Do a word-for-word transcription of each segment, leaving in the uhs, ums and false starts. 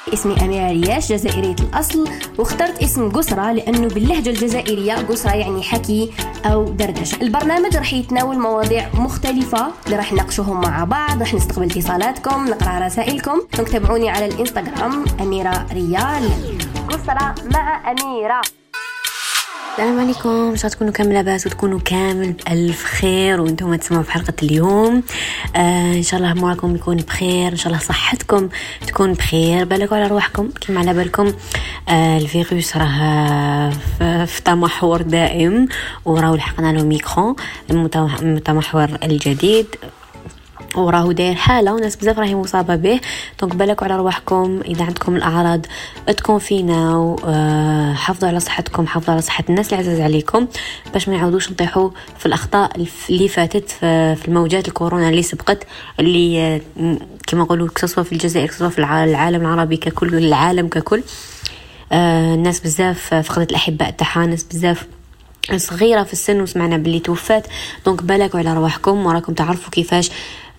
اسمي أميرة رياش، جزائرية الأصل، واخترت اسم قسرة لأنه باللهجة الجزائرية قسرة يعني حكي أو دردشة. البرنامج رح يتناول مواضيع مختلفة اللي رح نناقشوهم مع بعض، رح نستقبل اتصالاتكم، نقرأ رسائلكم. تابعوني على الإنستغرام أميرة ريال. قسرة مع أميرة. السلام عليكم، ان شاء الله تكونوا كامل لاباس وتكونوا كامل بألف خير وانتم تسمعوا في حلقة اليوم. آه ان شاء الله موراكم يكون بخير، ان شاء الله صحتكم تكون بخير، بالكم على روحكم كما على بالكم. آه الفيروس راه في تمحور دائم وراه لحقنا له ميكرو المتمحور الجديد وراه داير حاله وناس بزاف راهي مصابه به. دونك بالكم على رواحكم، اذا عندكم الاعراض تكونفيناو، أه حافظوا على صحتكم، حافظوا على صحه الناس اللي عزاز عليكم باش ما يعاودوش نطيحوا في الاخطاء اللي فاتت في الموجات الكورونا اللي سبقت، اللي كما نقولوا كسوا في الجزائر كسوا في العالم العربي ككل، العالم ككل. أه الناس بزاف فقدت الاحباء تاعها، ناس بزاف صغيره في السن وسمعنا باللي توفات. دونك بالكم على رواحكم وراكم تعرفوا كيفاش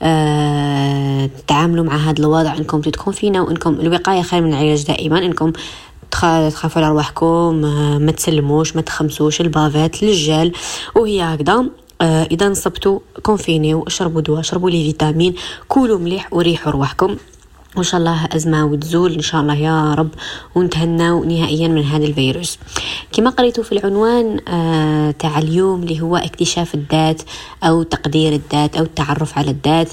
أه تعاملوا مع هذا الوضع، انكم تتكونفينا وانكم الوقايه خير من العلاج دائما، انكم تخافوا على رواحكم، أه ما تسلموش، ما تخمسوش البافات للجال وهي هكذا. أه اذا نصبتوا كونفينيو، اشربوا دواء، اشربوا لي فيتامين، كلوا مليح وريحوا رواحكم، وإن شاء الله أزمة وتزول إن شاء الله يا رب، ونتهنوا نهائيا من هذا الفيروس. كما قريتوا في العنوان آه تاع اليوم اللي هو اكتشاف الذات أو تقدير الذات أو التعرف على الذات،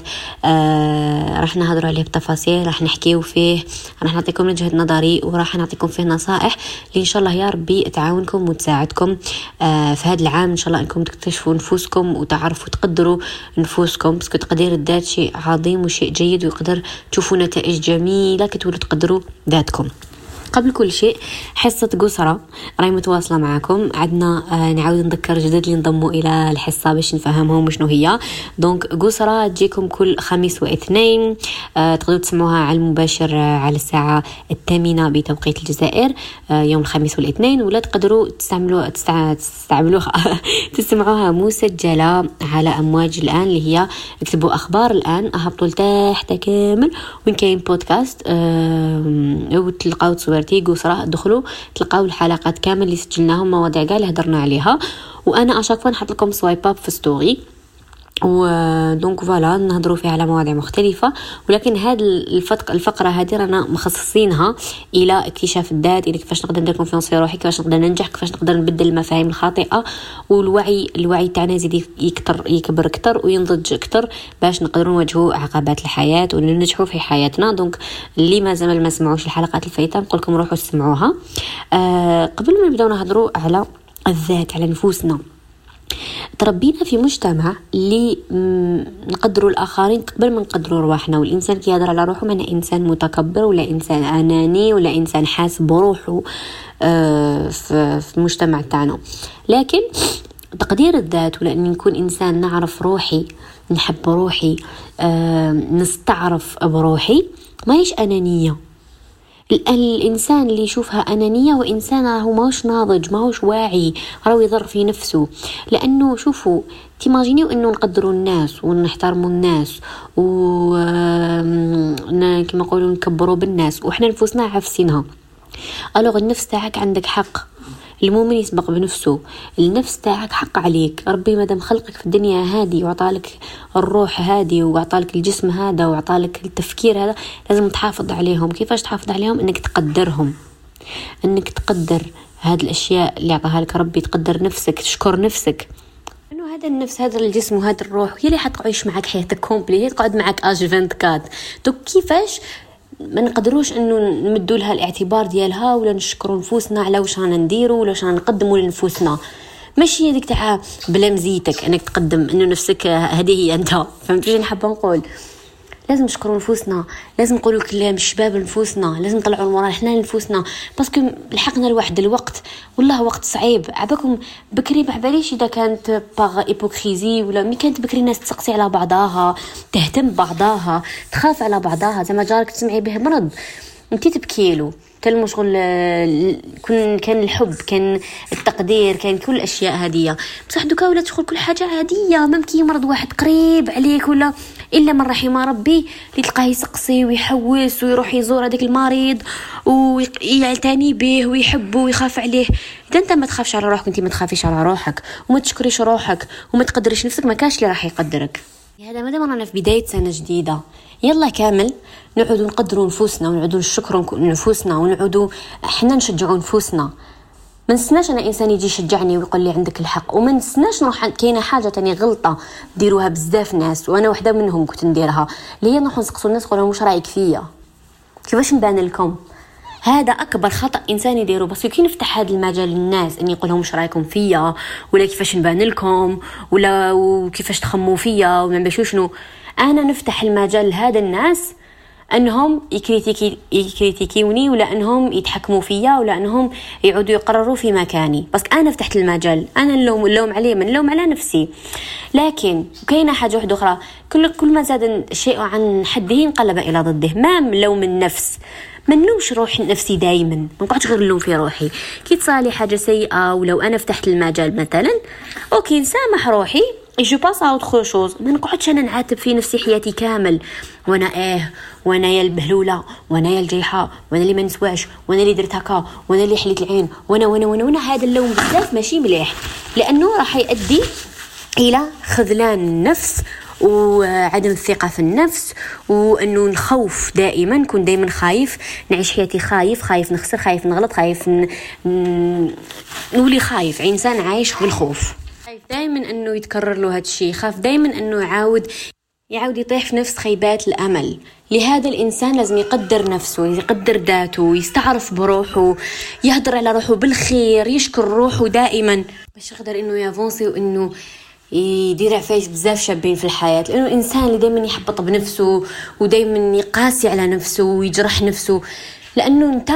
آه راح نهضروا عليه بتفاصيل، راح نحكيو فيه، راح نعطيكم وجهة نظري وراح نعطيكم فيه نصائح اللي إن شاء الله يا ربي تعاونكم وتساعدكم آه في هذا العام إن شاء الله أنكم تكتشفوا نفوسكم وتعرفوا تقدروا نفوسكم، بس تقدير الذات شيء عظيم وشيء جيد ويقدر تشوفوا نتائج جميلة كتولوا تقدروا ذاتكم. قبل كل شيء حصة قسرة راهي متواصلة معكم، عدنا آه نعاود نذكر جدد اللي انضموا إلى الحصة باش نفهمهم شنو هي. دونك قسرة تجيكم كل خميس واثنين، آه تقدروا تسمعوها على المباشر آه على الساعة الثامنة بتوقيت الجزائر آه يوم الخميس والاثنين، ولا تقدروا تستعملوا تستع... تستعملوها تسمعوها مسجلة على أمواج الآن، اللي هي اكتبوا أخبار الآن، أهبطوا لتحت كامل وين كاين بودكاست آه وتلقاو تصوير قسرة، دخلوا تلقاو الحلقات كامل اللي سجلناهم، مواضيع كاع اللي هضرنا عليها، وانا اشاكفوا نحط لكم سوايب اب في ستوري ودونك فوالا نهضروا فيها على مواضيع مختلفه. ولكن هذه الفتق الفقره هذه رانا مخصصينها الى اكتشاف الذات، الى كيفاش نقدر ندير كونفيونس في روحي، كيفاش نقدر ننجح، كيفاش نقدر نبدل المفاهيم الخاطئه، والوعي الوعي تاعنا يزيد يكتر يكبر اكثر وينضج اكثر باش نقدروا نواجهوا عقبات الحياه وننجحوا في حياتنا. دونك اللي ما زال ما سمعوش الحلقات الفايته نقول لكم روحوا سمعوها. آه قبل ما نبداو نهضروا على الذات، على نفوسنا، تربينا في مجتمع اللي نقدروا الآخرين قبل ما نقدروا رواحنا، والإنسان كي يهضر على روحه معناه إنسان متكبر ولا إنسان أناني ولا إنسان حاسب بروحه آه في المجتمع تاعنا. لكن تقدير الذات ولا أن نكون إنسان نعرف روحي، نحب روحي، آه نستعرف بروحي، ما هيش أنانية. الإنسان اللي يشوفها أنانية وإنسان راهو ماهوش ناضج، ماهوش واعي، راهو يضر في نفسه. لأنه شوفوا تيماجينيو أنه نقدروا الناس ونحترموا الناس و كما نقولوا نكبروا بالناس وإحنا نفوسنا عفسينها. ألوغ النفس تاعك عندك حق، المؤمن يسبق بنفسه، النفس تاعك حق عليك، ربي مادام خلقك في الدنيا هذه وعطالك الروح هذه وعطالك الجسم هذا وعطالك التفكير هذا، لازم تحافظ عليهم. كيفاش تحافظ عليهم؟ انك تقدرهم، انك تقدر هذه الاشياء اللي عطاها لك ربي، تقدر نفسك، تشكر نفسك انه هذا النفس هذا الجسم وهذا الروح هي اللي حتعيش معك حياتك كومبلي، هي تقعد معك اج أربعة وعشرين. دوك كيفاش ما نقدروش انه نمدوا لها الاعتبار ديالها ولا نشكروا نفوسنا على واش رانا نديروا ولا واش رانا نقدموا لنفوسنا؟ ماشي هذيك تاع بلا مزيتك انك تقدم انه نفسك هذه هي انت. فهمتوا شنو نحب نقول؟ لازم نشكروا نفوسنا، لازم نقولوا كلام الشباب لنفوسنا، لازم نطلعوا المورال حنا لنفوسنا، باسكو لحقنا الواحد الوقت والله وقت صعيب. عباكم بكري ما باليش اذا كانت باغ ايبوكريزي ولا مي كانت بكري الناس تسقسي على بعضها، تهتم بعضها، تخاف على بعضها، زعما جارك تسمعي به مرض انت تبكيلو تلمو شغل كن كان الحب كان التقدير كان كل الاشياء هديه. بصح دوكا ولات شغل كل حاجه عاديه، ممكن يمرض واحد قريب عليك ولا الا من رحم ربي اللي تلقاه يسقسي ويحوس ويروح يزور هذاك المريض ويعتني به ويحبه ويخاف عليه. اذا انت ما تخافش على روحك، انت ما تخافيش على روحك وما تشكريش روحك وما تقدريش نفسك، ما كاش اللي راح يقدرك. هذا مادام رانا في بدايه سنه جديده، يلا كامل نعودوا نقدروا نفوسنا ونعودوا نشكروا نفوسنا ونعودوا احنا نشجعوا نفوسنا. ما نستناش انا انسان يجي يشجعني ويقول لي عندك الحق، وما نستناش نروح كاينه حاجه تانية غلطه ديروها بزاف ناس وانا وحده منهم كنت نديرها، اللي هي نروح نسقسوا الناس نقول لهم واش رايك فيا، كيفاش نبان لكم. هذا اكبر خطا انسان يديرو، بس كي نفتح هذا المجال للناس اني نقول لهم واش رايكم فيا ولا كيفاش نبان لكم ولا وكيفاش تخموا فيا وما نبان شنو، انا نفتح المجال لهذا الناس انهم يكريتيكي يكريتيكيوني ولا انهم يتحكموا فيا ولا انهم يعودوا يقرروا في مكاني، بس انا فتحت المجال. انا اللوم اللوم عليه من اللوم على نفسي. لكن كاينه حاجه واحده اخرى، كل كل ما زاد الشيء عن حده انقلب الى ضده. ما لوم النفس، ما نلومش روح نفسي دائما، ما نقعدش غير نلوم في روحي. كي تصالي حاجه سيئه ولو انا فتحت المجال مثلا اوكي نسامح روحي جو باس اوت خو شوز، ما نقعدش انا نعاتب في نفسي حياتي كامل وانا ايه وانا يا البهلوله وانا يا الجيحه وانا اللي ما نسواش وانا اللي درت هكا وانا اللي حليت العين وانا وانا وانا, وأنا. هذا اللوم بزاف ماشي مليح، لانه راح يؤدي الى خذلان النفس وعدم الثقه في النفس، وانه نخوف دائما، نكون دائما خايف، نعيش حياتي خايف خايف نخسر خايف نغلط خايف ن... نولي خايف، انسان عايش بالخوف، خايف دائما انه يتكرر له هذا الشيء، خاف دائما انه يعاود يعاود يطيح في نفس خيبات الامل. لهذا الانسان لازم يقدر نفسه، يقدر ذاته، يستعرف بروحه، يهدر على روحه بالخير، يشكر روحه دائما باش يقدر انه يافونسي وانه يدير عفايس بزاف شابين في الحياة. لأنه الإنسان اللي دايما يحبط بنفسه ودايما يقاسي على نفسه ويجرح نفسه، لأنه أنت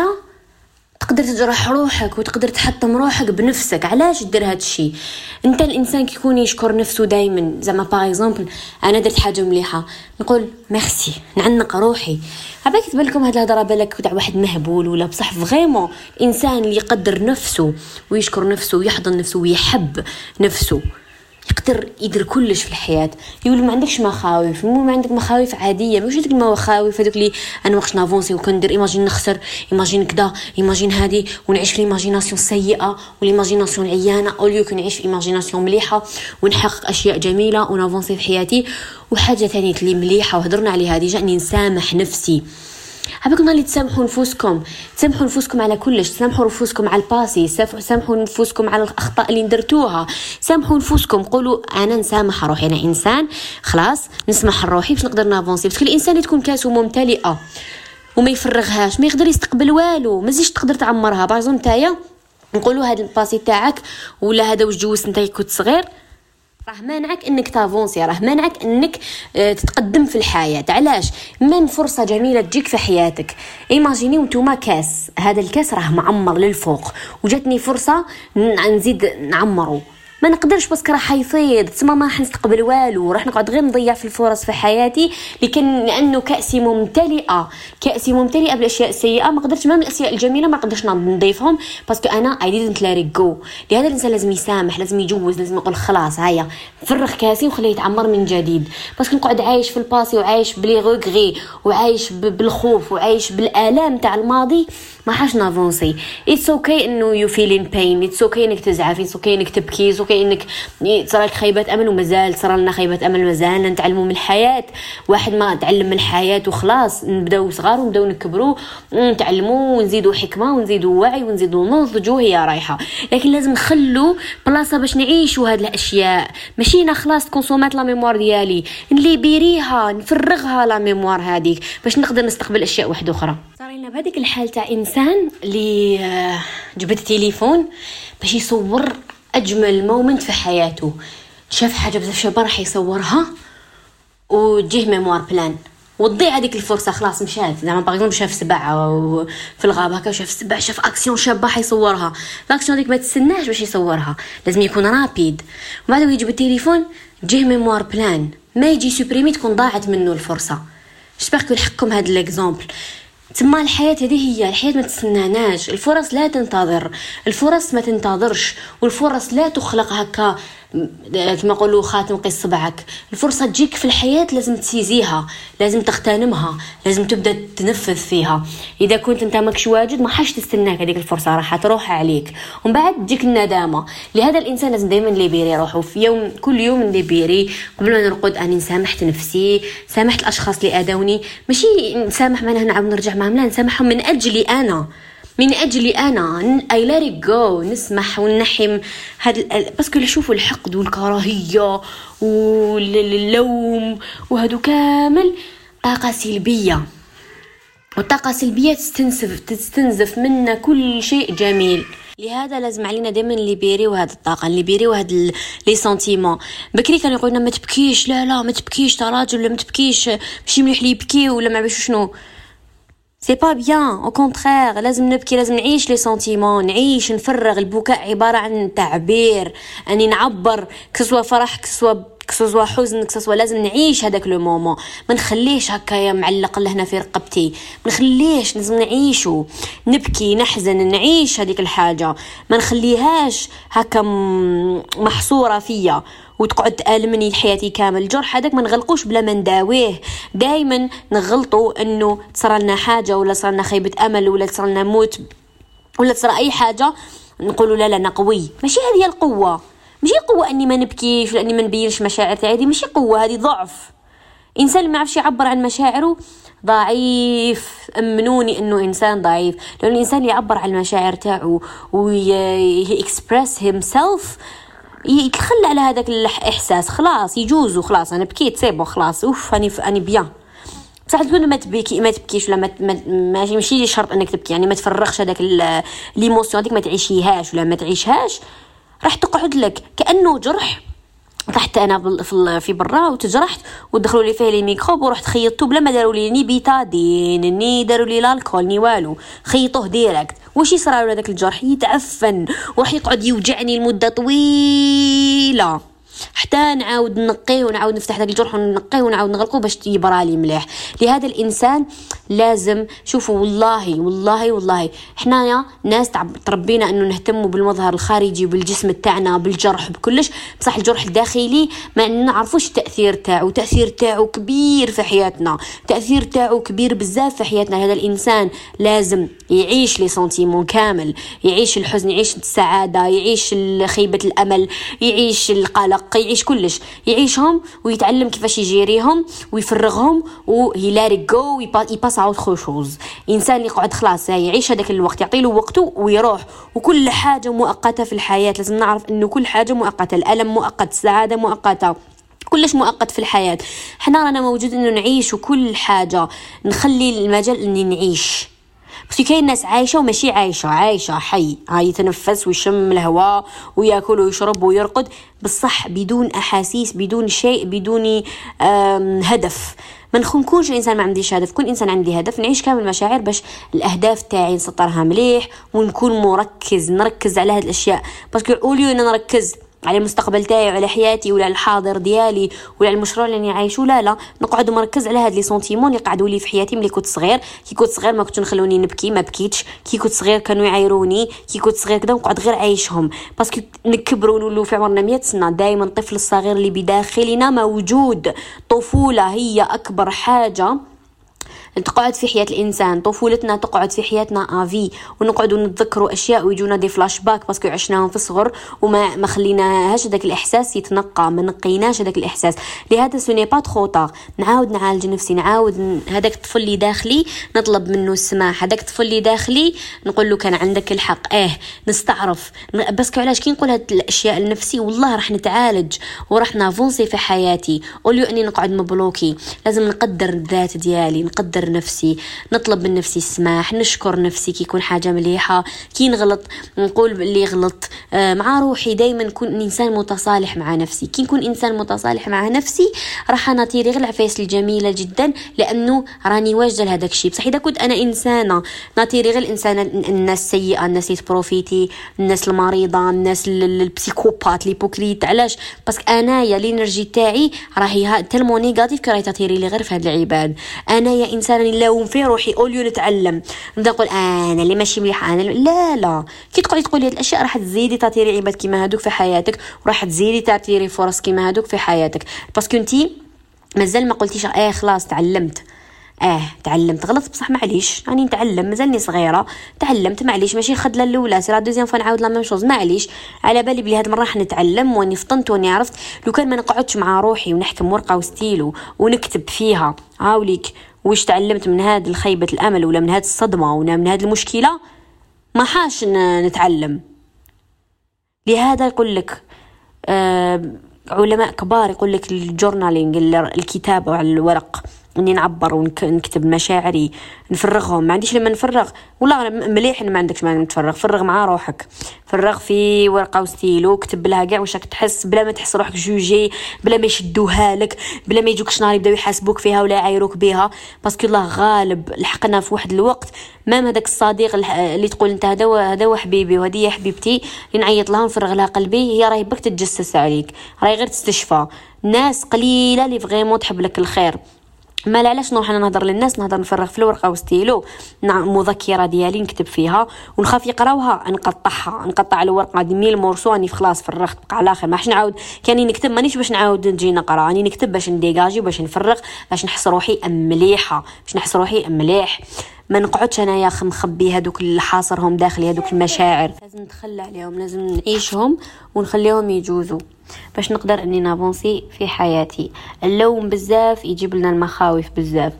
تقدر تجرح روحك وتقدر تحطم روحك بنفسك. علاش تدير هاد الشيء؟ أنت الإنسان كيكون يشكر نفسه دايما، زعما باغ اكزومبل أنا درت حاجة مليحة نقول ميرسي، نعنق روحي. عباك تبان لكم هاد الهضره بالك تاع واحد مهبول ولا، بصح فريمون الإنسان اللي يقدر نفسه ويشكر نفسه ويحضن نفسه ويحب نفسه يقدر يدير كلش في الحياه. يقول ما عندكش مخاوف، مو ما عندك مخاوف عاديه، ماشي ديك المخاوف هذوك اللي انا واش نافونسي وكندير ايماجين نخسر ايماجين كذا ايماجين هذه ونعيش في ايماجيناسيون سيئه والايماجيناسيون عيانه، او ليو كنعيش في ايماجيناسيون مليحه ونحقق اشياء جميله ونافونسي في حياتي. وحاجه ثانيه اللي مليحه وهضرنا عليها ديجا اني نسامح نفسي. حابكم اللي تسامحوا نفوسكم، تسامحوا نفوسكم على كلش، تسامحوا نفوسكم على الباسي، سامحوا نفوسكم على الاخطاء اللي ندرتوها، سامحوا نفوسكم، قولوا انا نسامح روحي، انا انسان خلاص نسمح لروحي باش نقدر نافونسي. باسكو الانسان اللي تكون كاسو ممتلئه وما يفرغهاش ما يقدر يستقبل والو، ما زيش تقدر تعمرها. بازون نتايا نقولوا هذا الباسي تاعك ولا هذا واش جوز نتايا كنت صغير راه مانعك انك تافونسي، راه مانعك انك تتقدم في الحياه. علاش؟ من فرصه جميله تجيك في حياتك. ايماجيني وانتوما كاس، هذا الكاس راه معمر للفوق وجاتني فرصه نزيد نعمره، ما نقدرش بس راح يفيض تما ما راح نستقبل والو، راح نقعد غير نضيع في الفرص في حياتي. لكن لانه كاسي ممتلئه كاسي ممتلئه بالاشياء السيئه، ما قدرتش ما من الاشياء الجميله ما قدرتش نضيفهم باسكو انا اي ديدنت ليت جو. لهذا الانسان لازم يسامح، لازم يجوز، لازم يقول خلاص هيا فرغ كاسي وخليه يتعمر من جديد. باسكو نقعد عايش في الباسي وعايش بلي غوغري وعايش بالخوف وعايش بالالام تاع الماضي، ما حاش نافونسي. اتس اوكي انه يو فيل ان بين، اتس اوكي انك تزعف، اتس اوكي انك تبكي، اتس اوكي انك تصرالك خيبات امل ومازال صار لنا خيبات امل، مازال نتعلموا من الحياه. واحد ما تعلم من الحياه وخلاص، نبداو صغار ونبداو نكبروا ونتعلموا ونزيدوا حكمه ونزيدوا وعي ونزيدوا نضجوا، هي رايحه. لكن لازم نخلوا بلاصه باش نعيشوا هاد الاشياء، ماشي انا خلاص كونسومات لا ميموار ديالي نلي بيريها نفرغها لا ميموار هذيك باش نقدر نستقبل اشياء واحده اخرى. صارينا بهذيك الحال تاع انسان اللي جبت التليفون باش يصور اجمل مومنت في حياته، شاف حاجه بزاف شابه راح يصورها وتجيه ميموار بلان وتضيع هذيك الفرصه، خلاص مشات. زعما باغ شاف سبع في الغابه هكا، شاف سبع، شاف اكسيون شابه حيصورها، الاكسيون ديك ما تستناش باش يصورها، لازم يكون رابيد. وبعد يجيب التليفون تجيه ميموار بلان، ما يجي سوبريمي تكون ضاعت منه الفرصه. جيسبر كو نحكم هذا الاكزامبل. تما الحياة هذه هي الحياة، ما تستناناش، الفرص لا تنتظر، الفرص ما تنتظرش، والفرص لا تخلق هكا كما يقولوا خاتم قيس صبعك. الفرصة تجيك في الحياة لازم تسيزيها، لازم تغتنمها، لازم تبدأ تنفذ فيها. إذا كنت أنت ماكش واجد ما حاش تستناك هذيك الفرصة، راح تروح عليك ومن بعد تجيك الندامة. لهذا الإنسان لازم دايما ليبيري روحه في يوم، كل يوم ليبيري قبل ما نرقد أني نسامحت نفسي، سامحت الأشخاص اللي آذوني، ماشي نسامح معناها نعاود نرجع معهم، لا نسامحهم من أجلي أنا، من أجلي أنا I let it go. نسمح ونحم هذا باسكو نشوفوا الحقد والكراهية واللوم وهذو كامل طاقة سلبية، والطاقة السلبية تستنزف تستنزف منا كل شيء جميل. لهذا لازم علينا دائما ليبيري وهذه الطاقه، ليبيري وهذا لي سنتيمون. بكري كانوا يقولنا ما تبكيش، لا لا ما تبكيش تا راجل، ولا ما تبكيش ماشي مليح لي يبكي ولا ما باش شنو، سي با بيان، او كونترير لازم نبكي، لازم نعيش لي سنتيمون، نعيش نفرغ. البكاء عباره عن تعبير، اني نعبر كسوا فرح كسوا كسوا حزن كسوا، لازم نعيش هذاك لو مومون، ما نخليش هكايا معلق لهنا في رقبتي، ما نخليش، لازم نعيشو، نبكي نحزن نعيش هذيك الحاجه، ما نخليهاش هكا محصوره فيا وتقعد تألمني حياتي كامل. الجرح هذاك ما نغلقوش بلا ما نداويه. دائما نغلطوا انه تصرى لنا حاجه ولا صار لنا خيبه امل ولا تصرى لنا موت ولا تصرى اي حاجه نقولوا لا لا انا قوي. ماشي هذه القوه، ماشي قوه اني ما نبكيش ولا اني ما نبينش مشاعر تاعي، هذه ماشي قوه، هذه ضعف. انسان ما يعرفش يعبر عن مشاعره ضعيف، امنوني انه انسان ضعيف. لو الانسان اللي يعبر عن المشاعر تاعو وي اكسبرس هيم سيلف يتخلى على هذاك الاحساس، خلاص يجوزوا، خلاص انا بكيت سيبو خلاص اوف اني اني بيان. بصح تقول ما تبكي ما تبكيش ولا ما ماشي ماشي شرط انك تبكي، يعني ما تفرغش هذاك ليموسيون هذيك، ما تعيشيهاش ولا ما تعيشهاش، راح تقعد لك كانه جرح. طحت انا في برا وتجرحت ودخلوا لي فيه لي ميكروب ورحت خيطته بلا ما داروا لي ني بيتادين ني داروا لي الكحول ني والو، خيطوه ديريكت. واش يصرى له هذاك الجرح؟ يتعفن وراح يقعد يوجعني لمده طويله حتى نعاود نقيه ونعاود نفتح ذاك الجرح ونقيه ونعاود نغلقه باش يبرى لي مليح. لهذا الانسان لازم شوفوا، والله والله والله حنايا ناس تربينا انه نهتموا بالمظهر الخارجي بالجسم تاعنا بالجرح بكلش، بصح الجرح الداخلي ما نعرفوش التاثير تاعو. تاثير تاعو كبير في حياتنا، تاثير تاعو كبير بزاف في حياتنا. هذا الانسان لازم يعيش لي سنتيمون كامل، يعيش الحزن، يعيش السعاده، يعيش خيبه الامل، يعيش القلق، يعيش كلش، يعيشهم ويتعلم كيفاش يجيريهم ويفرغهم وهيلاري جو ويباس على اوتر شوز. انسان اللي يقعد خلاص يعيش هذاك الوقت، يعطي له وقته ويروح. وكل حاجه مؤقته في الحياه، لازم نعرف انه كل حاجه مؤقته، الالم مؤقت، السعاده مؤقته، كلش مؤقت في الحياه. حنا رانا موجود انه نعيش وكل حاجه نخلي المجال اني نعيش. بس كاين ناس عايشه وماشي عايشه، عايشه حي، هاي يتنفس ويشم الهواء وياكل ويشرب ويرقد بصح بدون احاسيس، بدون شيء، بدون هدف. ما نكونش انسان ما عنديش هدف، كل انسان عندي هدف، نعيش كامل مشاعر باش الاهداف تاعي نسطرها مليح ونكون مركز، نركز على هذه الاشياء. باسكو اوليو ان نركز على المستقبل تاعي وعلى حياتي ولا على الحاضر ديالي ولا على المشروع اللي عايشه، لا لا نقعد مركز على هاد لي سنتيمون اللي قعدوا لي في حياتي ملي كنت صغير. كي كنت صغير ما كنتش نخلوني نبكي، ما بكيتش. كي كنت صغير كانوا يعايروني، كي كنت صغير كذا نقعد غير عايشهم. باسكو نكبروا ونولوا في عمرنا مية سنه، دائما الطفل الصغير اللي بداخلنا موجود. طفوله هي اكبر حاجه تقعد في حياة الإنسان، طفولتنا تقعد في حياتنا آفي، ونقعدوا نتذكروا أشياء ويجونا دي فلاش باك باسكو عشناهم في الصغر وما ما خليناهاش هذاك الإحساس يتنقى، ما نقيناش هذاك الإحساس. لهذا سوني با ترو طار، نعاود نعالج نفسي، نعاود هذاك الطفل اللي داخلي نطلب منه السماح، هذاك الطفل اللي داخلي نقول له كان عندك الحق، اه نستعرف. باسكو علاش كي نقول هاد الأشياء لنفسي والله راح نتعالج وراح نافونسي في حياتي، اوليو اني نقعد مبلوكي. لازم نقدر الذات ديالي، نقدر نفسي، نطلب من نفسي السماح، نشكر نفسي كي يكون حاجه مليحه، كي نغلط نقول اللي غلط آه مع روحي. دائما نكون انسان متصالح مع نفسي. كي نكون انسان متصالح مع نفسي راح نطيري غير العفايس الجميله جدا، لانه راني واجده لهذاك الشيء. بصح اذا كنت انا انسانه نطيري غير الانسان الناس السيئه، الناس اللي تبروفيتي، الناس المريضه، الناس البسيكوبات ليبوكريت. علاش؟ باسكو انايا الانرجي تاعي راهي تلمو نيجاتيف كي راهي تطيري لي غير في هاد العباد. انايا انسان نبدا نلوم في روحي اوليو نتعلم، نبدا نقول انا اللي ماشي مليحه، انا لا لا كي تقعدي تقولي هاد الاشياء راح تزيدي تعطيري عباد كيما هادوك في حياتك، وراح تزيدي تعطيري فرص كيما هادوك في حياتك، باسكو انتي مازال ما قلتيش اه خلاص تعلمت. اه تعلمت غلط بصح معليش راني نتعلم، مازالني صغيره تعلمت معليش، ماشي الخدله الاولى سير دوزيام فوا نعاود لا ميم شوز، معليش على بالي بلي هاد المره راح نتعلم واني فطنت واني عرفت. لو كان ما نقعدش مع روحي ونحكم ورقه وستيلو ونكتب فيها هاوليك واش تعلمت من هاد الخيبه الامل ولا من هاد الصدمه ولا من هاد المشكله، ما حاش نتعلم. لهذا يقول لك آه علماء كبار يقول لك الجورنالينج الكتابه على الورق، اني نعبر ونكتب مشاعري نفرغهم. ما عنديش لما نفرغ والله مليح ان ما عندكش ما تفرغ، فرغ مع روحك، فرغ في ورقه وستيلو، كتب لها كاع واش راك تحس بلا ما تحس روحك جوجي، بلا ما يشدوها لك، بلا ما يجوك شنار يبداو يحاسبوك فيها ولا يعايروك بها، باسكو الله غالب. لحقنا في واحد الوقت مام هذاك الصديق اللي تقول انت هذا هذا هو حبيبي وهذه هي حبيبتي اللي نعيط لها ونفرغ لها قلبي، هي راهي بك تتجسس عليك، راهي غير تستشفى. ناس قليله اللي فريمون تحب لك الخير. ما علاش نروح انا نهضر للناس، نهضر نفرغ في الورقه وستيلو، نعم مذكره ديالي نكتب فيها ونخاف يقراوها نقطعها، نقطع الورقه دي ميل مورسو راني خلاص فرغت بقى على الاخر. ماحش نعاود كاني نكتب مانيش باش نعاود نجي نقرا، راني نكتب باش نديجاجي باش نفرغ، باش نحس روحي مليحه، باش نحس روحي مليح. ما نقعدش انايا مخبي هذوك اللي حاصرهم داخلي هذوك المشاعر، لازم نتخلى عليهم، لازم نعيشهم ونخليهم يجوزوا باش نقدر اني نافونسي في حياتي. اللوم بزاف يجيب لنا المخاوف بزاف،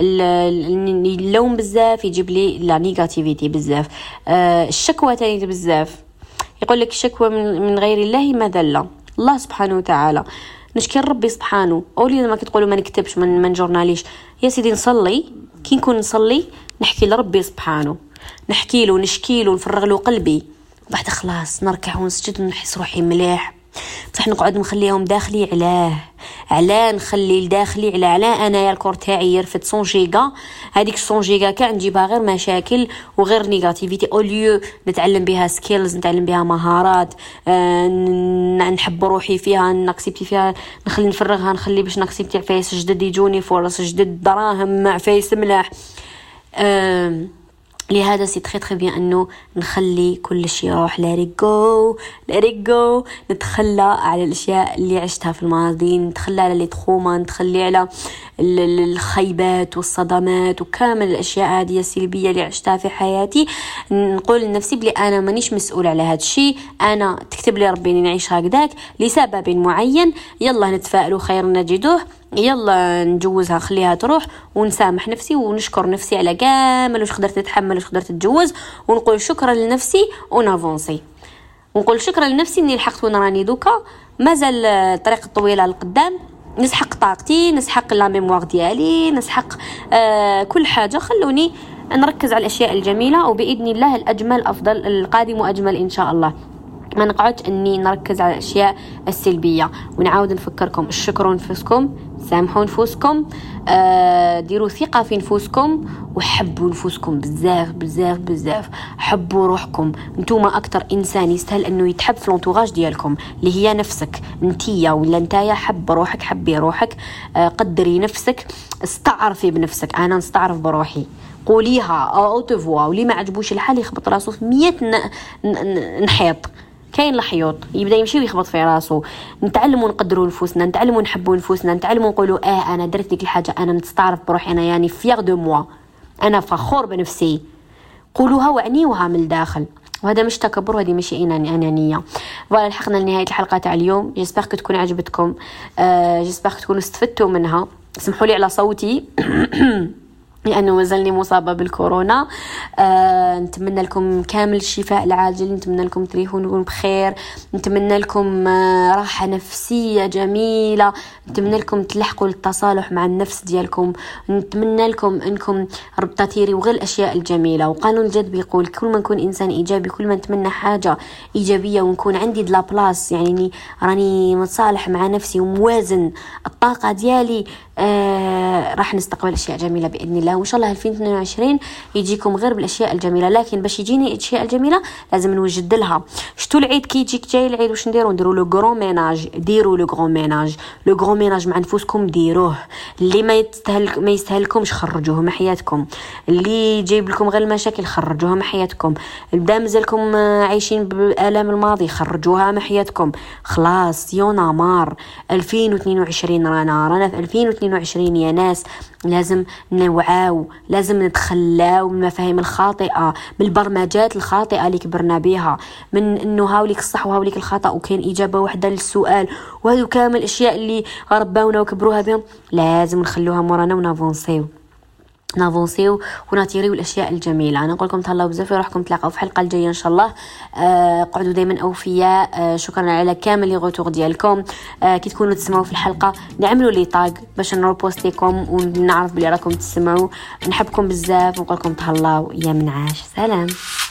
اللوم بزاف يجيب لي لا نيجاتيفيتي بزاف، أه الشكوى تاني بزاف. يقول لك الشكوى من غير الله ما ذل الله سبحانه وتعالى. نشكي ربي سبحانه. اولي لما كتقولوا ما نكتبش من من جورناليش، يا سيدي نصلي، كي نكون نصلي نحكي لربي سبحانه، نحكي له نشكي له نفرغ له قلبي، بعد خلاص نركع ونسجد ونحس روحي مليح. بصح نقعد نخليهم داخلي علاه علاه نخلي الداخلي على علاه انا يا الكور تاعي يرفد مية جيجا، هذيك مية جيجا كاع نجيبها غير مشاكل وغير نيجاتيفيتي، اوليو نتعلم بها سكيلز، نتعلم بها مهارات، آه نحب روحي فيها، نكسبتي فيها، نخلي نفرغها، نخلي باش نكسبتي فايس جدد يجوني فرص جدد، دراهم مع فايس ملاح. آه لهذا سي تري تري بيان انه نخلي كل شيء يروح، لاريغو لاريغو، نتخلى على الاشياء اللي عشتها في الماضي، نتخلى على لي تروما، نتخلي على الخيبات والصدمات وكامل الاشياء هذه السلبيه اللي عشتها في حياتي. نقول لنفسي بلي انا مانيش مسؤول على هذا الشيء، انا تكتب لي ربي نعيش هكذاك لسبب معين، يلا نتفائلوا خير نجدوه، يلا نجوزها خليها تروح، ونسامح نفسي ونشكر نفسي على كامل واش قدرت نتحمل واش قدرت نتجوز، ونقول شكرا لنفسي ونافونسي، ونقول شكرا لنفسي اني لحقت وين راني دوكا، مازال الطريق الطويله لقدام، نسحق طاقتي، نسحق لا ميموار ديالي، نسحق آه كل حاجه. خلوني نركز على الاشياء الجميله، وباذن الله الاجمل افضل، القادم اجمل ان شاء الله. ما نقعدش اني نركز على الاشياء السلبيه. ونعاود نفكركم الشكر نفسكم، سامحوا نفوسكم، آه ديروا ثقه في نفوسكم، وحبوا نفوسكم بزاف بزاف بزاف، حبوا روحكم. نتوما اكثر انسان يستاهل انه يتحب في لونتوراج ديالكم اللي هي نفسك انتيا ولا نتايا. حب روحك، حبي روحك، آه قدري نفسك، استعرفي بنفسك. انا نستعرف بروحي، قوليها او تفوا. واللي ما عجبوش الحال يخبط راسه في مية نحيط، كاين الحيوط يبدا يمشي ويخبط في راسه. نتعلموا نقدروا نفوسنا، نتعلموا نحبوا نفوسنا، نتعلموا نقولوا اه انا درت ديك الحاجه، انا نستعرف بروحي، انا يعني فيغ دو موا، انا فخور بنفسي. قولوها وعنيوها من الداخل، وهذا مش تكبر، وهذه ماشي انانيه. فوالا لحقنا لنهايه الحلقه تاع اليوم. جيسبر تكون عجبتكم، آه جيسبر تكونوا استفدتوا منها. سمحوا لي على صوتي لأنه مازلني مصابة بالكورونا. آه، نتمنى لكم كامل الشفاء العاجل، نتمنى لكم تريحون بخير، نتمنى لكم آه، راحة نفسية جميلة، نتمنى لكم تلحقوا التصالح مع النفس ديالكم، نتمنى لكم أنكم ربطاتيري وغير الأشياء الجميلة. وقانون الجذب يقول كل ما نكون إنسان إيجابي، كل ما نتمنى حاجة إيجابية ونكون عندي دلا بلاس، يعني راني متصالح مع نفسي وموازن الطاقة ديالي، آه، راح نستقبل أشياء جميلة بإذن الله. وان شاء الله ألفين واثنين وعشرين يجيكم غير بالاشياء الجميله. لكن باش يجيني الاشياء الجميله لازم نوجد لها. شتو العيد كي يجيك جاي العيد واش نديرو؟ نديرو لو غران ميناج. ديروا لو غران ميناج. لو غران ميناج مع نفوسكم ديروه. اللي ما يستهلك ما يستهلكمش خرجوه من حياتكم. اللي جايب لكم غير المشاكل خرجوها من حياتكم. بدا مازالكم عايشين بالآلام الماضي خرجوها من حياتكم. خلاص يونا مار. ألفين واثنين وعشرين رانا رانا في ألفين واثنين وعشرين يا ناس. لازم نوعاو، لازم نتخلاو من المفاهيم الخاطئه، من البرمجات الخاطئه اللي كبرنا بها، من انه هاوليك الصح وهاوليك الخطا وكاين اجابه واحده للسؤال، وهذو كامل الاشياء اللي رباونا وكبروها بهم لازم نخلوها مورانا ونافونسيو نافونسيو وناتيريو الاشياء الجميله. انا نقول لكم تهلاو بزاف، وراحكم تلاقاو في الحلقه الجايه ان شاء الله. آه قعدوا دائما اوفياء. آه شكرا على كامل لي غوتور ديالكم. آه كي تكونوا تسمعوا في الحلقه نعملوا لي تاغ باش نروبوستيكم ونعرف بلي راكم تسمعوا. نحبكم بزاف ونقول لكم تهلاو يا منعاش. سلام.